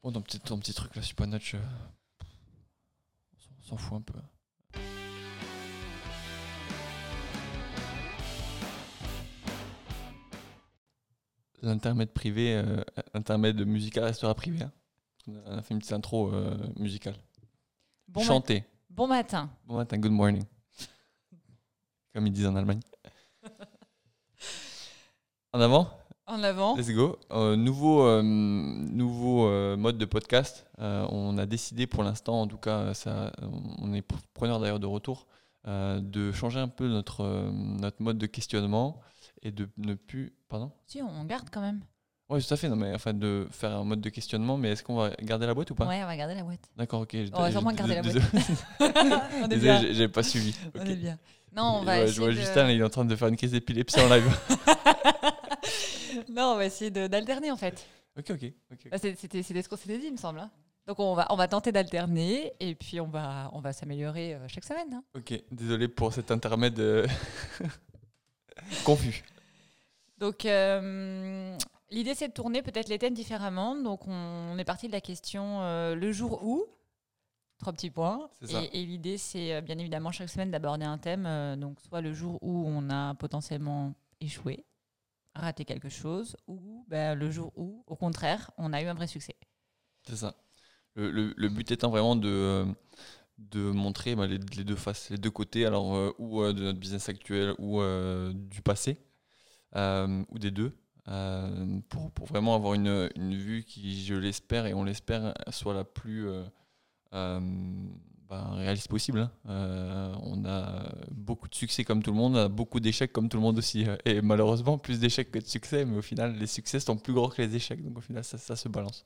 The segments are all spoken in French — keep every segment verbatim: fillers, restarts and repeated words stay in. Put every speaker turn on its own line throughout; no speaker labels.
Bon, ton petit, ton petit truc là, Super Notch, euh, on s'en fout un peu. L'intermède privé, euh, intermède musical restera privé. Hein. On a fait une petite intro euh, musicale.
Bon
Chanter.
mat- bon matin.
Bon matin, good morning. Comme ils disent en Allemagne. En avant,
En avant.
let's go. Euh, nouveau euh, nouveau euh, mode de podcast. Euh, on a décidé pour l'instant, en tout cas, ça, on est preneur d'ailleurs de retour, euh, de changer un peu notre, euh, notre mode de questionnement et de ne plus. Pardon ?
Si, on garde quand même.
Oui, tout à fait. Non, mais enfin, de faire un mode de questionnement, mais est-ce qu'on va garder la boîte ou pas ?
Ouais, on va garder la boîte.
D'accord, ok.
On va sûrement garder la boîte. On est
Désolé,
bien.
j'ai- j'ai pas suivi.
On
Ok.
est bien. Non, on
Et
va
ouais, je
essayer
vois
de...
Justin, il est en train de faire une crise d'épilepsie en live.
non, on va essayer de- d'alterner en fait.
ok, ok. ok.
Bah, c'est- C'était c'était ce qu'on s'était dit, il me semble. hein. Donc on va, on va tenter d'alterner et puis on va, on va s'améliorer euh, chaque semaine. hein.
Ok, désolé pour cet intermède euh, confus.
Donc euh, l'idée c'est de tourner peut-être les thèmes différemment. Donc on, on est parti de la question euh, le jour où, trois petits points.
C'est ça.
Et, et l'idée c'est euh, bien évidemment chaque semaine d'aborder un thème. euh, donc soit le jour où on a potentiellement échoué, raté quelque chose, ou ben, le jour où, au contraire, on a eu un vrai succès.
C'est ça. Le, le- le but étant vraiment de, euh, de montrer bah, les, les deux faces, les deux côtés, alors euh, ou euh, de notre business actuel ou euh, du passé, euh, ou des deux, euh, pour, pour vraiment avoir une, une vue qui, je l'espère et on l'espère, soit la plus euh, euh, bah, réaliste possible. hein. Euh, on a beaucoup de succès comme tout le monde, on a beaucoup d'échecs comme tout le monde aussi, euh, et malheureusement plus d'échecs que de succès, mais au final les succès sont plus gros que les échecs, donc au final ça, ça se balance.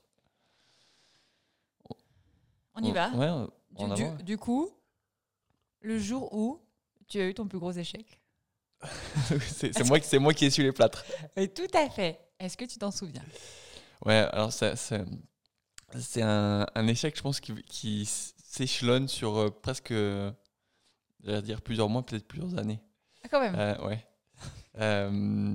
On y va.
Ouais, en
Du,
avant.
du- du coup, le jour où tu as eu ton plus gros échec.
c'est c'est moi, qui- c'est moi qui ai su les plâtres.
Et tout à fait. Est-ce que tu t'en souviens?
Ouais, alors c'est, c'est, c'est un, un échec, je pense, qui, qui s'échelonne sur euh, presque, euh, j'allais dire plusieurs mois, peut-être plusieurs années.
Ah, quand même.
Euh, ouais. Euh,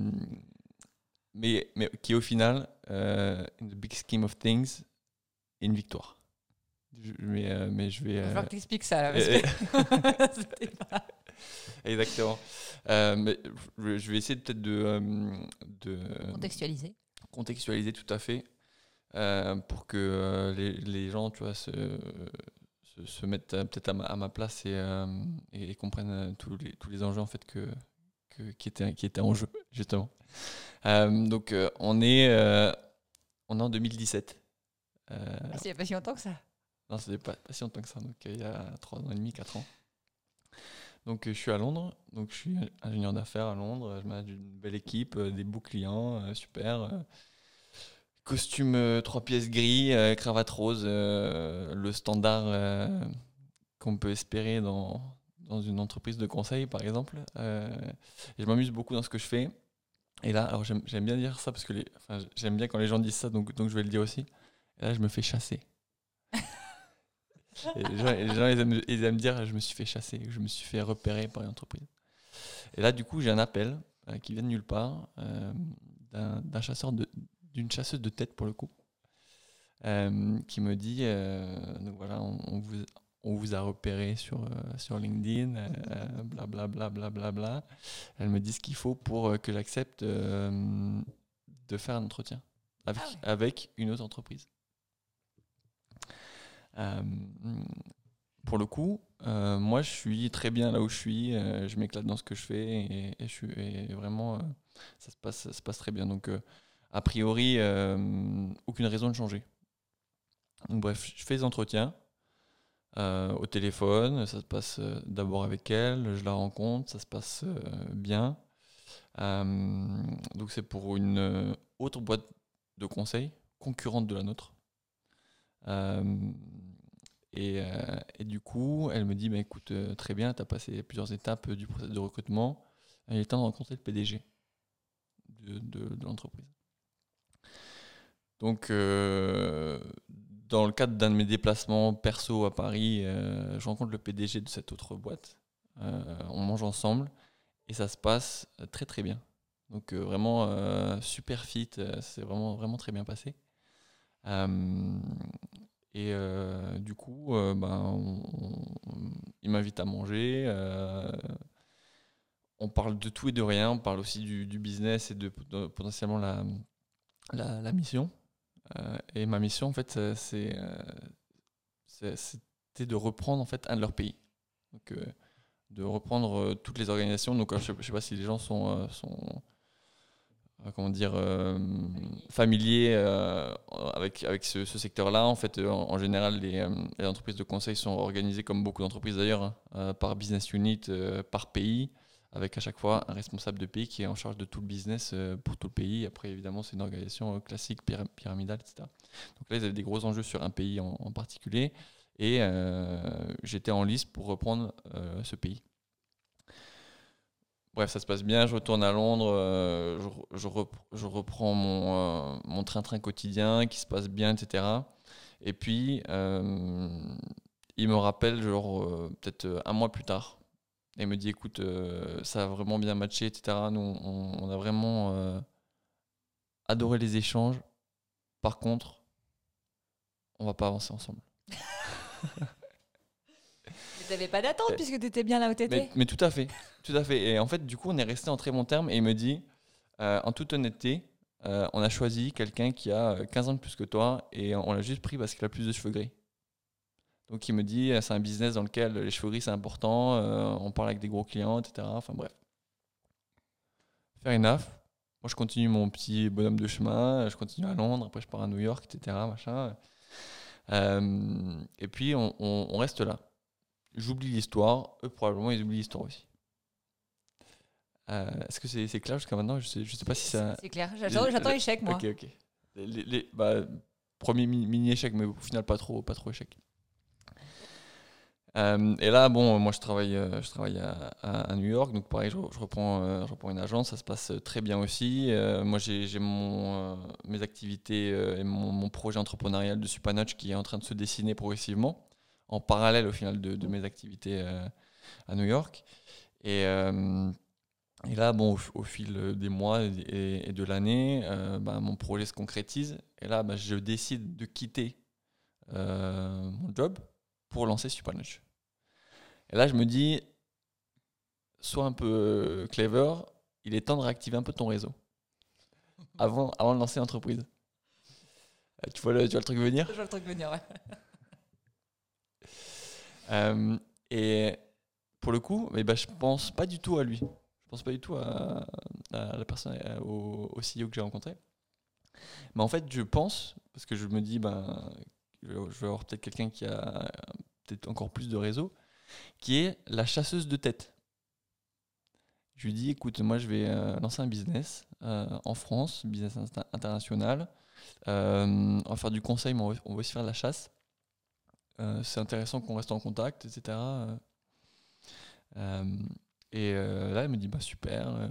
mais, mais qui au final, euh, in the big scheme of things, est une victoire. Je- mais, euh, mais je vais.
Il va
euh,
falloir que tu expliques ça. Là, parce
et-
que c'était pas-
Exactement. Euh, mais je je vais essayer peut-être de, euh, de
Contextualiser.
contextualiser tout à fait. Euh, pour que euh, les, les gens, tu vois, se, se, se mettent euh, peut-être à ma, à ma place et, euh, et, et comprennent euh, tous les, tous les enjeux en fait que, que, qui, étaient, qui étaient en jeu, justement. Euh, donc, euh, on, est, euh, on est en deux mille dix-sept. Euh,
Ah, c'est il n'y a pas si longtemps que ça.
non, c'était pas, pas si longtemps que ça, donc euh, il y a trois ans et demi, quatre ans. Donc, euh, je suis à Londres, donc je suis ingénieur d'affaires à Londres, je manage une belle équipe, euh, des beaux clients, euh, super. euh, Costume euh, trois pièces gris, euh, cravate rose, euh, le standard euh, qu'on peut espérer dans, dans une entreprise de conseil, par exemple. Euh, et je m'amuse beaucoup dans ce que je fais. Et là, alors j'aime, j'aime bien dire ça parce que les, enfin, j'aime bien quand les gens disent ça, donc, donc je vais le dire aussi. Et là, je me fais chasser. Et les gens, les gens, ils, aiment, ils aiment dire je me suis fait chasser, je me suis fait repérer par une entreprise. Et là, du coup, j'ai un appel euh, qui vient de nulle part euh, d'un, d'un chasseur de, d'une chasseuse de tête pour le coup. Euh, qui me dit euh, donc voilà, on, on vous, on vous a repéré sur, euh, sur LinkedIn, euh, blablabla. Bla, bla, bla, bla. Elle me dit ce qu'il faut pour euh, que j'accepte euh, de faire un entretien avec,
Ah ouais.
avec une autre entreprise. Euh, pour le coup, euh, moi je suis très bien là où je suis, euh, je m'éclate dans ce que je fais et, et je suis et vraiment euh, ça, se passe, ça se passe très bien. Donc, euh, a priori, euh, aucune raison de changer. Donc, bref, je fais les entretiens euh, au téléphone. Ça se passe euh, d'abord avec elle, je la rencontre, ça se passe euh, bien. Euh, donc c'est pour une euh, autre boîte de conseil, concurrente de la nôtre. Euh, et, euh, et du coup, elle me dit, bah, écoute, euh, très bien, tu as passé plusieurs étapes euh, du processus de recrutement. Il est temps de rencontrer le P D G de, de, de l'entreprise. Donc, euh, dans le cadre d'un de mes déplacements perso à Paris, euh, je rencontre le P D G de cette autre boîte. Euh, on mange ensemble et ça se passe très très bien. Donc, euh, vraiment euh, super fit, euh, c'est vraiment, vraiment très bien passé. Euh, et euh, du coup, euh, ben, on- on- il m'invite à manger. Euh, on parle de tout et de rien. On parle aussi du, du business et de, de potentiellement la, la, la mission. Euh, et ma mission, en fait, euh, c'est, euh, c'est- c'était de reprendre en fait un de leurs pays. Donc, euh, de reprendre euh, toutes les organisations. Donc, euh, je ne sais pas si les gens sont, euh, sont euh, comment dire, euh, familiers euh, avec, avec ce, ce secteur-là. En fait, euh, en, en général, les, euh, les entreprises de conseil sont organisées comme beaucoup d'entreprises d'ailleurs, hein, euh, par business unit, euh, par pays, avec à chaque fois un responsable de pays qui est en charge de tout le business euh, pour tout le pays. Après, évidemment, c'est une organisation euh, classique, pyra- pyramidale, et cetera. Donc là, ils avaient des gros enjeux sur un pays en, en particulier. Et euh, j'étais en lice pour reprendre euh, ce pays. Bref, ça se passe bien, je retourne à Londres, euh, je, je rep- je reprends mon, euh, mon train-train quotidien qui se passe bien, et cetera. Et puis, euh, il me rappelle, genre, euh, peut-être euh, un mois plus tard, et il me dit, écoute, euh, ça a vraiment bien matché, et cetera. Nous, on, on a vraiment euh, adoré les échanges. Par contre, on va pas avancer ensemble.
Mais t'avais pas d'attente puisque t'étais bien là où
Mais,
t'étais.
mais tout à fait, tout à fait. Et en fait, du coup, on est resté en très bon terme, et il me dit, Euh, en toute honnêteté, euh, on a choisi quelqu'un qui a euh, quinze ans de plus que toi et on l'a juste pris parce qu'il a plus de cheveux gris. Donc il me dit, euh, c'est un business dans lequel les cheveux gris c'est important, euh, on parle avec des gros clients, et cetera. Enfin bref, fair enough. Moi je continue mon petit bonhomme de chemin, je continue à Londres, après je pars à New York, et cetera. Machin. Euh, et puis on, on- on reste là. J'oublie l'histoire, eux probablement ils oublient l'histoire aussi. Euh, Est-ce que c'est c'est clair jusqu'à maintenant? Je sais, je sais pas si
C'est
ça.
c'est clair. J'attends j'attends l'échec, moi.
Ok, ok. Les, les- les- bah, premier mi- mini-échec, mais au final, pas trop, pas trop échec. Euh, et là, bon, moi, je travaille, euh, je travaille à, à- à New York, donc pareil, je, je reprends, euh, je reprends une agence, ça se passe très bien aussi. Euh, moi, j'ai j'ai mon, euh, mes activités euh, et mon, mon projet entrepreneurial de Supanotch qui est en train de se dessiner progressivement, en parallèle au final de, de mes activités euh, à New York. Et, euh, et là, bon, au, au fil des mois et, et de l'année, euh, bah, mon projet se concrétise. Et là, bah, je décide de quitter euh, mon job pour lancer Supanotch. Et là, je me dis, sois un peu euh, clever, il est temps de réactiver un peu ton réseau avant, avant de lancer l'entreprise. Euh, Tu vois le, tu vois le truc venir?
Je vois le truc venir, ouais.
Euh, Et pour le coup, eh ben, je pense pas du tout à lui. Je pense pas du tout à, à la personne, à- au, au C E O que j'ai rencontré. Mais en fait, je pense, parce que je me dis, ben, je je vais avoir peut-être quelqu'un qui a peut-être encore plus de réseau, qui est la chasseuse de tête. Je lui dis, écoute, moi je vais euh, lancer un business euh, en France, business insta- international. Euh, on va faire du conseil, mais on va, on va aussi faire de la chasse. Euh, c'est intéressant qu'on reste en contact, et cetera. Euh, et euh, là, elle me dit, bah super, euh,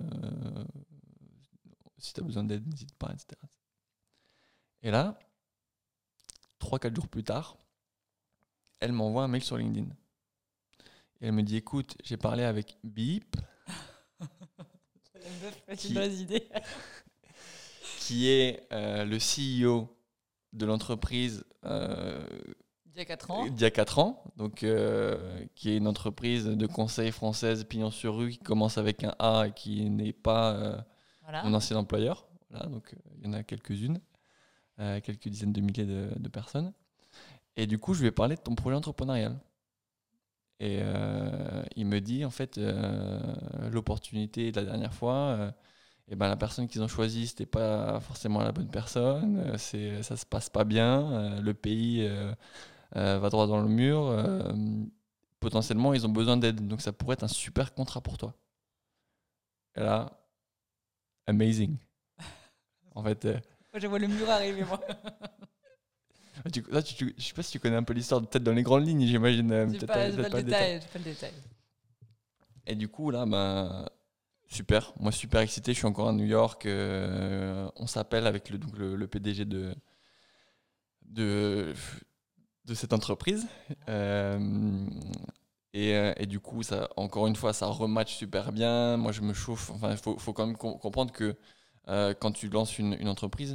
si tu as besoin d'aide, n'hésite pas, et cetera. Et là, trois quatre jours plus tard, elle m'envoie un mail sur LinkedIn. Et elle me dit, écoute, j'ai parlé avec Beep,
C'est une bonne idée.
qui est euh, le C E O de l'entreprise euh,
Il y a quatre ans.
d'il y a quatre ans, donc, euh, qui est une entreprise de conseil française, pignon sur rue, qui commence avec un A et qui n'est pas euh,
Voilà.
mon ancien employeur. Voilà, donc euh, il y en a quelques-unes, euh, quelques dizaines de milliers de, de personnes. Et du coup, je lui ai parlé de ton projet entrepreneurial. Et euh, il me dit, en fait, euh, l'opportunité de la dernière fois, euh, et ben, la personne qu'ils ont choisie, c'était pas forcément la bonne personne, euh, c'est, ça se passe pas bien, euh, le pays euh, euh, va droit dans le mur, euh, potentiellement ils ont besoin d'aide, donc ça pourrait être un super contrat pour toi. Et là, amazing. En fait, euh,
Moi, je vois le mur arriver, moi.
tu, là, tu- tu- je sais pas si tu connais un peu l'histoire, peut-être dans les grandes lignes, j'imagine. euh,
J'ai
peut-être
pas, j'ai
peut-être
pas le
le détail.
détail. J'ai pas le détail.
Et du coup, là, ben, super. Moi, super excité. Je suis encore à New York. euh, on s'appelle avec le, donc le, le P D G de, de, de cette entreprise. Euh, et, euh, et du coup, ça, encore une fois, ça rematch super bien. Moi, je me chauffe. Enfin, il faut, faut quand même com- comprendre que euh, quand tu lances une, une entreprise,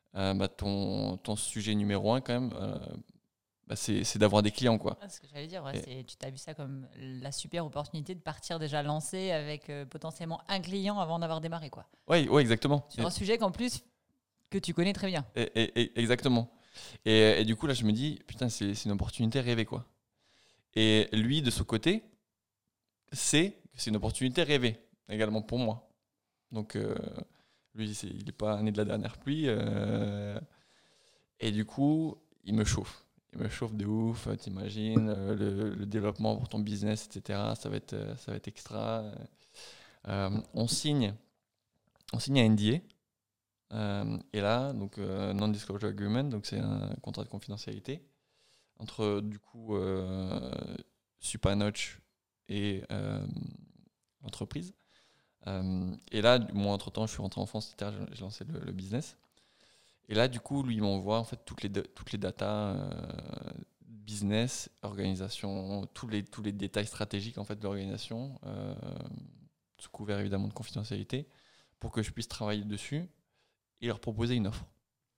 euh, bah, ton, ton sujet numéro un, quand même, euh, bah, c'est, c'est d'avoir des clients, quoi.
Ah, c'est ce que j'allais dire, ouais,
Et-
c'est, tu t'as vu ça comme la super opportunité de partir déjà lancé avec euh, potentiellement un client avant d'avoir démarré, quoi.
Ouais, ouais, exactement.
Sur
Et-
un sujet qu'en plus, que tu connais très bien.
et- et- et- exactement. Et, et du coup, là, je me dis, putain, c'est, c'est une opportunité rêvée, quoi. Et lui, de son côté, sait que c'est une opportunité rêvée, également pour moi. Donc, euh, lui, c'est- il n'est pas né de la dernière pluie. euh, et du coup, il me chauffe. Il me chauffe de ouf, euh, t'imagines, euh, le, le développement pour ton business, et cetera. Ça va être, euh, ça va être extra. Euh, on signe, on signe un N D A. euh, et là, donc euh, non-disclosure agreement, donc c'est un contrat de confidentialité entre du coup euh, Supernotch et euh, l'entreprise. Euh, et là, moi, entre-temps, je suis rentré en France, et cetera. J'ai j'ai lancé le, le business. Et là, du coup, lui, il m'envoie en fait toutes les, da- toutes les datas euh, business, organisation, tous les, tous les détails stratégiques en fait, de l'organisation, euh, sous couvert évidemment de confidentialité, pour que je puisse travailler dessus et leur proposer une offre.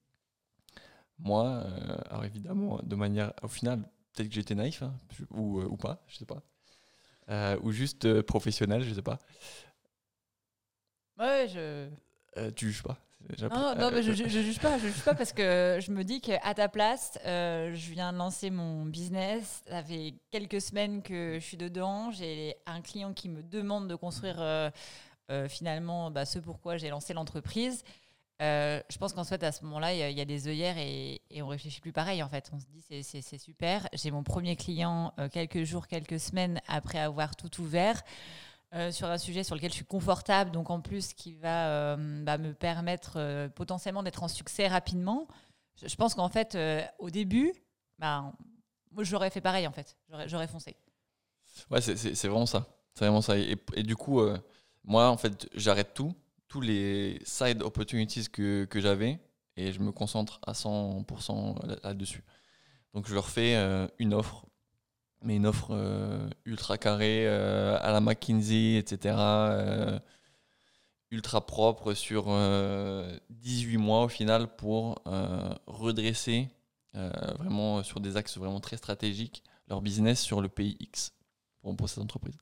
Moi, euh, alors évidemment, de manière, au final, peut-être que j'étais naïf, hein, ou, euh, ou pas, je sais pas, euh, ou juste euh, professionnel, je sais pas.
Ouais, je.
Euh, tu juges pas.
Non, non, non, mais je, je, je juge pas, je juge pas parce que je me dis qu'à ta place, euh, je viens de lancer mon business. Ça fait quelques semaines que je suis dedans. J'ai un client qui me demande de construire euh, euh, finalement bah, ce pourquoi j'ai lancé l'entreprise. Euh, je pense qu'en fait, à ce moment-là, il y, a- il y a des œillères et, et on réfléchit plus pareil. En fait, on se dit c'est, c'est, c'est super. J'ai mon premier client euh, quelques jours, quelques semaines après avoir tout ouvert. Euh, sur un sujet sur lequel je suis confortable, donc en plus qui va euh, bah, me permettre euh, potentiellement d'être en succès rapidement. Je, je pense qu'en fait, euh, au début, bah, moi, j'aurais fait pareil en fait, j'aurais, j'aurais foncé.
Ouais, c'est, c'est, c'est vraiment ça. C'est vraiment ça. Et, et du coup, euh, moi, en fait, j'arrête tout, tous les side opportunities que, que j'avais, et je me concentre à cent pour cent là- là-dessus. Donc, je leur fais euh, une offre, mais une offre euh, ultra carrée, euh, à la McKinsey, et cetera euh, ultra propre sur euh, dix-huit mois au final pour euh, redresser euh, vraiment sur des axes vraiment très stratégiques leur business sur le pays X pour, pour cette entreprise.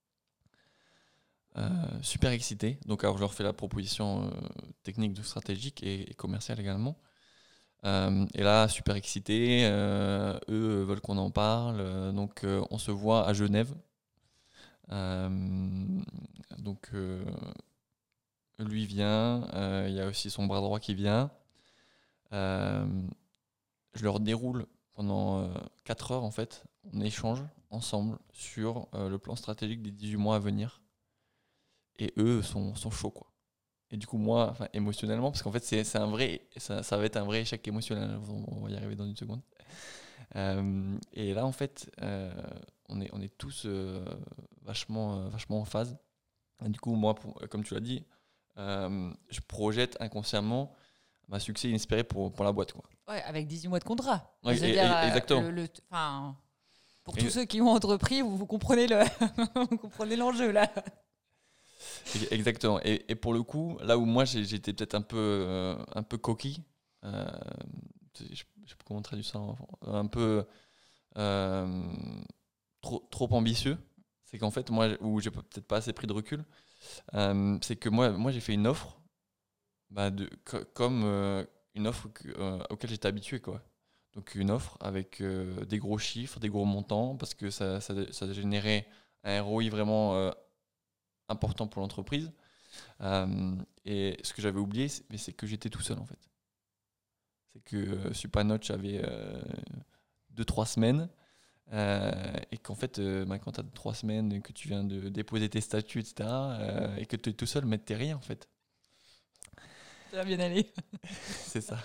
Euh, super excité. Donc, alors, je leur fais la proposition euh, technique, de stratégique et, et commerciale également. Euh, et là, super excité. Euh, eux veulent qu'on en parle. Euh, donc, euh, on se voit à Genève. Euh, donc, euh, lui vient. Euh, Il y a aussi son bras droit qui vient. Euh, je leur déroule pendant euh, quatre heures, en fait. On échange ensemble sur euh, le plan stratégique des dix-huit mois à venir. Et eux sont, sont chauds, quoi. Et du coup, moi, enfin, émotionnellement, parce qu'en fait, c'est, c'est un vrai, ça, ça va être un vrai échec émotionnel. On, on va y arriver dans une seconde. Euh, et là, en fait, euh, on, est, on est tous euh, vachement, euh, vachement en phase. Et du coup, moi, pour- comme tu l'as dit, euh, je projette inconsciemment un succès inespéré pour, pour la boîte, quoi.
Ouais, avec dix-huit mois de contrat.
Ouais,
Je veux
et-
dire,
et-
euh,
exactement.
le, le, enfin, pour tous
Et-
ceux qui ont entrepris, vous, vous comprenez le, vous comprenez l'enjeu là.
et- exactement. Et, et pour le coup, là où moi, j'ai- j'étais peut-être un peu, euh, un peu coquille, euh, je ne sais pas comment on traduit ça, en- un peu euh, trop, trop ambitieux. C'est qu'en fait, moi, où j'ai peut-être pas assez pris de recul, euh, c'est que moi, moi j'ai fait une offre, bah, de, co- comme euh, une offre que, euh, auquel j'étais habitué, quoi. Donc une offre avec euh, des gros chiffres, des gros montants, parce que ça, ça, ça générait un R O I vraiment euh, important pour l'entreprise. Euh, et ce que j'avais oublié, c'est, mais c'est que j'étais tout seul, en fait. C'est que euh, Supernotch avait euh, deux trois semaines. Euh, et qu'en fait, euh, bah, quand tu as trois semaines, que tu viens de déposer tes statuts, et cetera, euh, et que tu es tout seul, mais t'es rien, en fait.
Ça va bien aller.
C'est ça.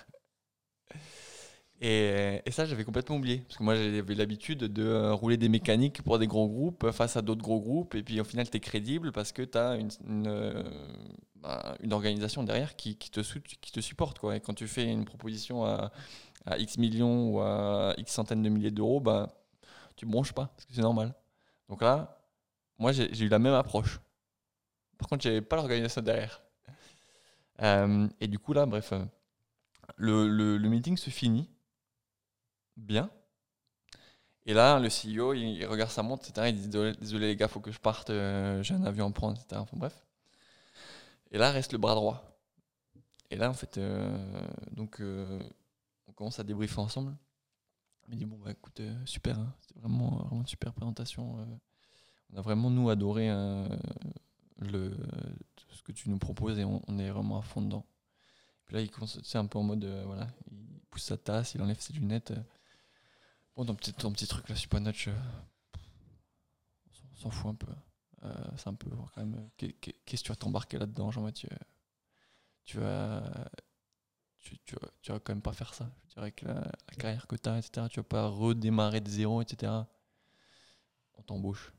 Et, et ça, j'avais complètement oublié. Parce que moi, j'avais l'habitude de euh, rouler des mécaniques pour des gros groupes euh, face à d'autres gros groupes. Et puis, au final, tu es crédible parce que tu as une, une, euh, bah, une organisation derrière qui, qui, te, sou- qui te supporte, quoi. Et quand tu fais une proposition à, à X millions ou à X centaines de milliers d'euros, bah, tu bronches pas, parce que c'est normal. Donc là, moi, j'ai j'ai eu la même approche. Par contre, j'avais pas l'organisation derrière. Euh, et du coup, là, bref, euh, le, le, le meeting se finit bien. Et là, le C E O, il, il regarde sa montre, et cetera. Il dit désolé, désolé les gars, faut que je parte, euh, j'ai un avion à prendre, et cetera. Enfin, bref. Et là reste le bras droit. Et là, en fait, euh, donc, euh, on commence à débriefer ensemble. Il me dit bon bah écoute, euh, super, hein, c'était vraiment, vraiment une super présentation. Euh, on a vraiment nous adoré euh, le ce que tu nous proposes et on, on est vraiment à fond dedans. Puis là, il commence, tu sais, un peu en mode euh, voilà, il pousse sa tasse, il enlève ses lunettes. Euh, bon, ton petit, ton petit truc là, Super Notch, euh, on s'en fout un peu. Euh, c'est un peu quand même. Qu'est-ce que tu vas t'embarquer là-dedans, Jean-Mathieu? Tu vas, tu, tu, vas, tu vas quand même pas faire ça. Je dirais que la, la carrière que tu as, et cetera, tu vas pas redémarrer de zéro, et cetera. On t'embauche.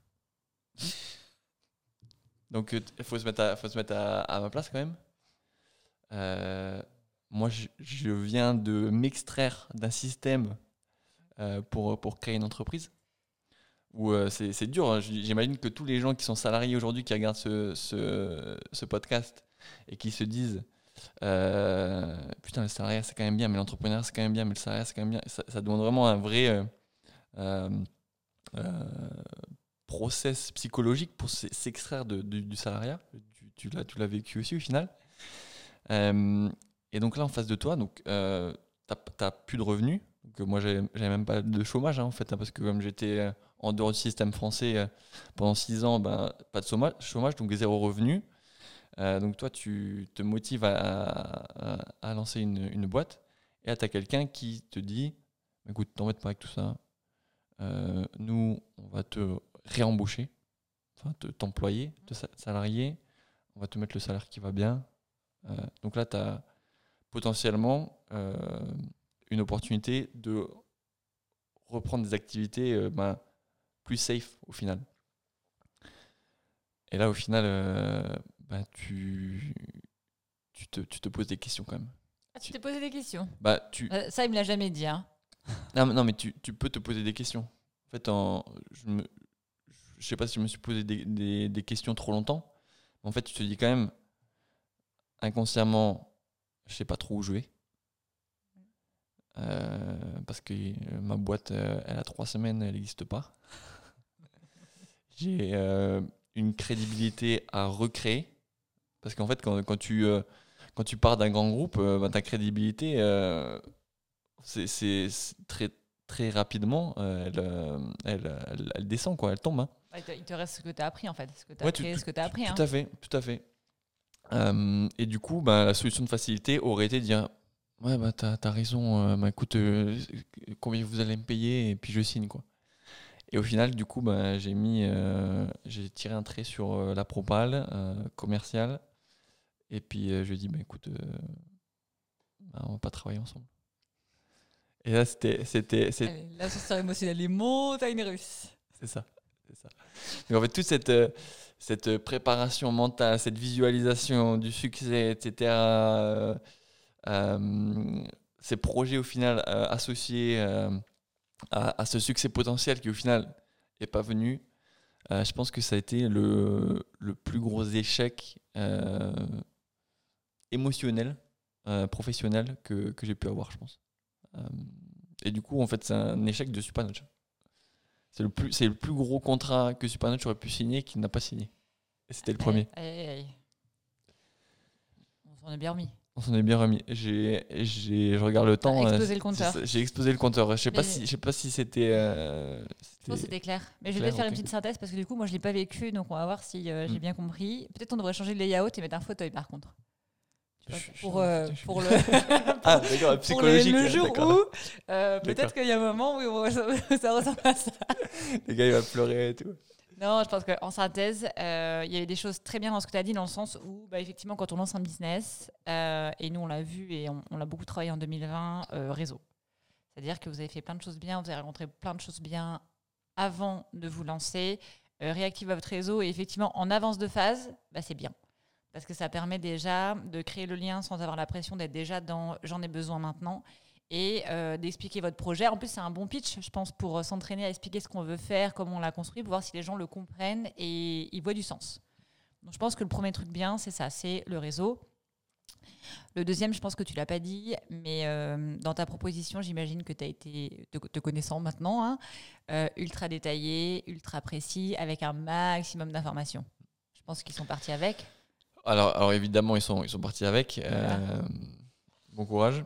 Donc il faut se mettre, à, faut se mettre à, à ma place quand même. Euh, moi, je, je viens de m'extraire d'un système euh, pour, pour créer une entreprise. Où euh, c'est, c'est dur. Hein. J'imagine que tous les gens qui sont salariés aujourd'hui, qui regardent ce, ce, ce podcast et qui se disent euh, putain, le salariat c'est quand même bien, mais l'entrepreneuriat c'est quand même bien, mais le salariat c'est quand même bien. Ça, ça demande vraiment un vrai euh, euh, euh, process psychologique pour s'extraire de, de, du salariat. Tu, tu, l'as, tu l'as vécu aussi au final. Euh, et donc là, en face de toi, donc, euh, t'as, t'as plus de revenus. Donc, moi, j'avais, j'avais même pas de chômage hein, en fait, hein, parce que comme j'étais en dehors du système français euh, pendant six ans, ben, pas de chômage, chômage donc zéro revenu. Euh, donc toi, tu te motives à, à, à lancer une, une boîte et là, tu as quelqu'un qui te dit écoute, t'embête pas avec tout ça. Euh, nous, on va te réembaucher, enfin, te, t'employer, te salarier. On va te mettre le salaire qui va bien. Euh, donc là, tu as potentiellement euh, une opportunité de reprendre des activités euh, ben, plus safe au final. Et là, au final, euh, ben, tu, tu, te, tu te poses des questions quand même.
Ah, tu t'es posé des questions
bah, tu...
euh, Ça, il me l'a jamais dit. Hein.
Non, non, mais tu, tu peux te poser des questions. En fait, en, je ne sais pas si je me suis posé des, des, des questions trop longtemps. Mais en fait, tu te dis quand même, inconsciemment, je ne sais pas trop où je vais. Euh, parce que euh, ma boîte, euh, elle a trois semaines, elle n'existe pas. J'ai euh, une crédibilité à recréer. Parce qu'en fait, quand, quand, tu, euh, quand tu pars d'un grand groupe, euh, bah, ta crédibilité, euh, c'est, c'est, c'est très, très rapidement, euh, elle, euh, elle, elle, elle descend, quoi, elle tombe. Hein.
Il te reste ce que tu as appris, en fait. Ce que tu as
Ouais,
créé,
tout,
ce que tu as appris.
Tout
hein.
à fait, tout à fait. Euh, et du coup, bah, la solution de facilité aurait été de dire ouais, bah, t'as, t'as raison, euh, bah, écoute, euh, combien vous allez me payer, et puis je signe, quoi. Et au final, du coup, bah, j'ai mis, euh, j'ai tiré un trait sur euh, la propale euh, commerciale, et puis euh, je lui ai dit, bah, écoute, euh, bah, on va pas travailler ensemble. Et là, c'était, c'était, c'était...
Allez, l'ascenseur émotionnel, les montagnes russes.
C'est ça, c'est ça. Donc en fait, toute cette, euh, cette préparation mentale, cette visualisation du succès, et cetera, euh, euh, ces projets au final euh, associés euh, à, à ce succès potentiel qui au final n'est pas venu, euh, je pense que ça a été le, le plus gros échec euh, émotionnel, euh, professionnel que, que j'ai pu avoir, je pense. Euh, et du coup, en fait, c'est un échec de Supernotch. C'est le plus, c'est le plus gros contrat que Supernotch aurait pu signer qu'il n'a pas signé. Et c'était le premier.
Aïe, aïe, aïe. On s'en est bien remis.
On s'en est bien remis. J'ai, j'ai, je regarde le temps.
T'as explosé
euh,
le compteur.
J'ai explosé le compteur. Je sais pas
Mais-
si, je sais pas si c'était. Euh,
Je pense que c'était clair. Mais je vais
clair,
peut-être faire
ok.
une petite synthèse parce que du coup, moi, je l'ai pas vécu, donc on va voir si euh, j'ai
Mm.
bien compris. Peut-être on devrait changer le layout et mettre un fauteuil par contre. Tu vois,
Je- je-
pour,
je-
euh,
putain, je-
pour le,
Ah, d'accord,
pour le,
psychologique.
le jour
d'accord.
où euh,
D'accord.
peut-être qu'il y a un moment où on- ça, ça ressemble à ça.
Le gars, il va pleurer et tout.
Non, je pense qu'en synthèse, euh, il y avait des choses très bien dans ce que tu as dit, dans le sens où, bah, effectivement, quand on lance un business, euh, et nous on l'a vu et on, on l'a beaucoup travaillé en deux mille vingt, euh, réseau. C'est-à-dire que vous avez fait plein de choses bien, vous avez rencontré plein de choses bien avant de vous lancer, euh, réactiver votre réseau et effectivement, en avance de phase, bah, c'est bien. Parce que ça permet déjà de créer le lien sans avoir la pression d'être déjà dans « j'en ai besoin maintenant » et euh, d'expliquer votre projet. En plus, c'est un bon pitch, je pense, pour euh, s'entraîner à expliquer ce qu'on veut faire, comment on l'a construit, pour voir si les gens le comprennent et ils voient du sens. Donc, je pense que le premier truc bien, c'est ça, c'est le réseau. Le deuxième, je pense que tu l'as pas dit, mais euh, dans ta proposition, j'imagine que tu as été, te, te connaissant maintenant, hein, euh, ultra détaillé, ultra précis, avec un maximum d'informations. Je pense qu'ils sont partis avec.
Alors, alors évidemment, ils sont, ils sont partis avec.
Voilà.
Euh, bon courage.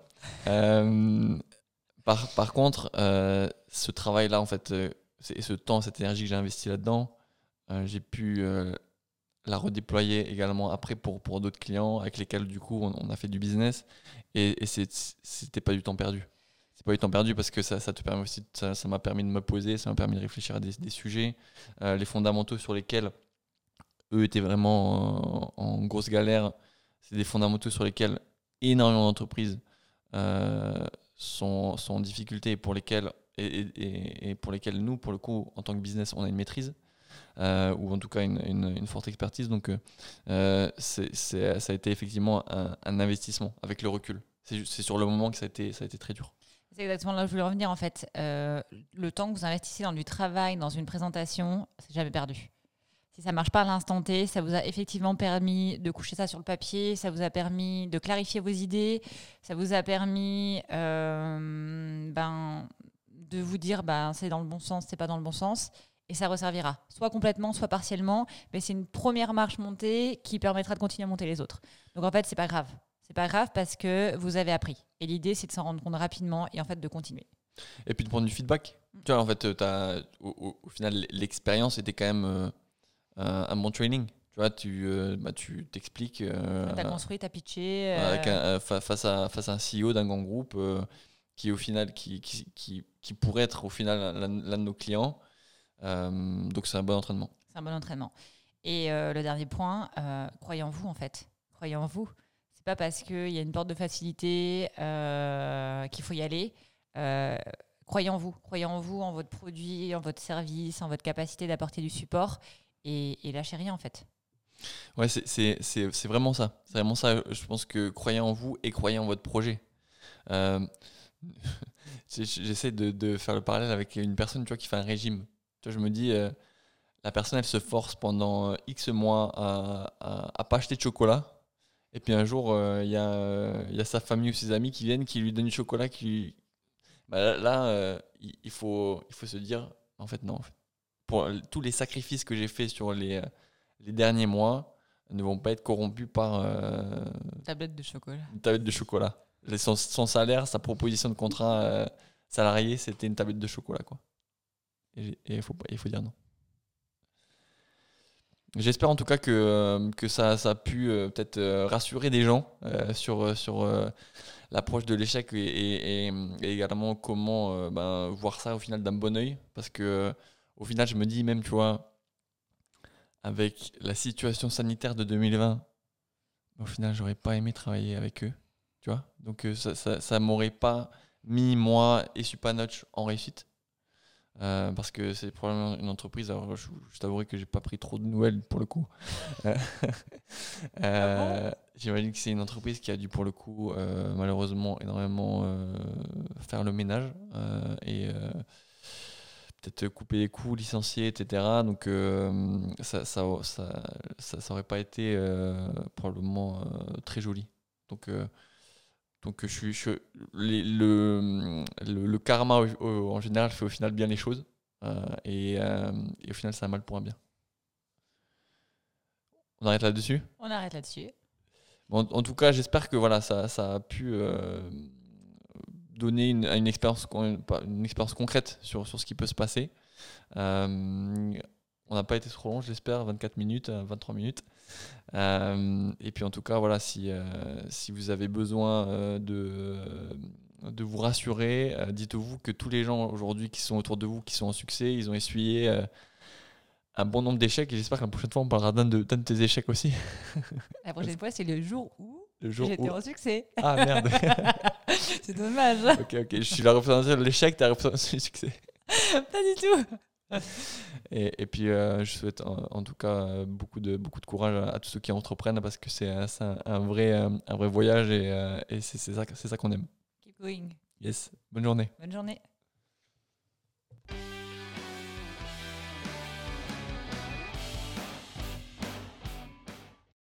Euh, par, par contre, euh, ce travail-là, en fait, euh, et ce temps, cette énergie que j'ai investi là-dedans, euh, j'ai pu euh, la redéployer également après pour, pour d'autres clients avec lesquels, du coup, on, on a fait du business. Et, et c'est, c'était pas du temps perdu. C'est pas du temps perdu parce que ça, ça te permet aussi, ça, ça m'a permis de me poser, ça m'a permis de réfléchir à des, des sujets, euh, les fondamentaux sur lesquels eux étaient vraiment en, en grosse galère. C'est des fondamentaux sur lesquels énormément d'entreprises euh, sont, sont en difficulté et pour lesquels et, et, et pour lesquels nous, pour le coup, en tant que business, on a une maîtrise. Euh, ou en tout cas une, une, une forte expertise. Donc, euh, c'est, c'est, ça a été effectivement un, un investissement avec le recul. C'est, c'est sur le moment que ça a été, ça a été très dur.
C'est exactement là où je voulais revenir en fait. Euh, le temps que vous investissez dans du travail, dans une présentation, c'est jamais perdu. Si ça ne marche pas à l'instant T, ça vous a effectivement permis de coucher ça sur le papier, ça vous a permis de clarifier vos idées, ça vous a permis euh, ben, de vous dire ben, c'est dans le bon sens, c'est pas dans le bon sens. Et ça resservira, soit complètement, soit partiellement, mais c'est une première marche montée qui permettra de continuer à monter les autres. Donc en fait, c'est pas grave. C'est pas grave parce que vous avez appris. Et l'idée, c'est de s'en rendre compte rapidement et en fait de continuer.
Et puis de prendre du feedback. Mmh. Tu vois, en fait, t'as, au, au, au final, l'expérience était quand même euh, un, un bon training. Tu vois, tu, euh, bah, tu t'expliques. Euh,
tu as construit, tu as pitché. Euh...
Avec un, euh, face, à, face à un C E O d'un grand groupe euh, qui, au final, qui, qui, qui, qui pourrait être au final l'un, l'un de nos clients. Euh, donc c'est un bon entraînement.
C'est un bon entraînement. Et euh, le dernier point, euh, croyez en vous en fait. Croyez en vous. C'est pas parce qu'il y a une porte de facilité euh, qu'il faut y aller. Euh, croyez en vous. Croyez en vous, en votre produit, en votre service, en votre capacité d'apporter du support. Et, et lâchez rien en fait.
Ouais, c'est, c'est, c'est, c'est vraiment ça. C'est vraiment ça. Je pense que croyez en vous et croyez en votre projet. Euh, j'essaie de, de faire le parallèle avec une personne, tu vois, qui fait un régime. Je me dis, euh, la personne, elle se force pendant X mois à, à, à pas acheter de chocolat. Et puis un jour, il euh, y, euh, y a sa famille ou ses amis qui viennent, qui lui donnent du chocolat. Qui lui... bah, là, euh, il, faut, il faut se dire, en fait, non. En fait. Pour tous les sacrifices que j'ai faits sur les, les derniers mois ne vont pas être corrompus par euh,
une tablette de chocolat.
Une tablette de chocolat. Son, son salaire, sa proposition de contrat euh, salarié, c'était une tablette de chocolat, quoi. Et il faut, faut dire non. J'espère en tout cas que, euh, que ça, ça a pu euh, peut-être euh, rassurer des gens euh, sur, sur euh, l'approche de l'échec et, et, et également comment euh, ben, voir ça au final d'un bon oeil. Parce que euh, au final, je me dis même, tu vois, avec la situation sanitaire de deux mille vingt, au final, j'aurais pas aimé travailler avec eux. Tu vois, donc euh, ça, ça, ça m'aurait pas mis moi et Supanoch en réussite. Euh, parce que c'est probablement une entreprise. Alors, je, je t'avouerai que j'ai pas pris trop de nouvelles pour le coup. euh,
Ah bon
j'imagine que c'est une entreprise qui a dû pour le coup euh, malheureusement énormément euh, faire le ménage euh, et euh, peut-être couper les coûts, licencier, et cetera. Donc euh, ça, ça, ça, ça, ça aurait pas été euh, probablement euh, très joli. Donc euh, Donc je suis, je, les, le, le, le karma au, au, en général fait au final bien les choses euh, et, euh, et au final c'est un mal pour un bien. On arrête là-dessus ?
On arrête là-dessus.
Bon, en, en tout cas, j'espère que voilà, ça, ça a pu euh, donner une, une, expérience, une expérience concrète sur, sur ce qui peut se passer. Euh, on n'a pas été trop long, j'espère, vingt-quatre minutes, vingt-trois minutes. Euh, et puis en tout cas, voilà, si, euh, si vous avez besoin euh, de, de vous rassurer, euh, dites-vous que tous les gens aujourd'hui qui sont autour de vous, qui sont en succès, ils ont essuyé euh, un bon nombre d'échecs et j'espère que la prochaine fois on parlera d'un de, d'un de tes échecs aussi.
La prochaine fois, c'est le jour où
le jour
j'étais
où...
en succès.
Ah merde.
C'est dommage.
Ok, ok, je suis la représentante de l'échec, tu es la représentante du succès.
Pas du tout.
Et, et puis euh, je souhaite en, en tout cas beaucoup de, beaucoup de courage à, à tous ceux qui entreprennent parce que c'est, c'est un, un, vrai, un vrai voyage et, euh, et c'est, c'est, ça, c'est ça qu'on aime.
Keep going.
Yes, bonne journée.
Bonne journée.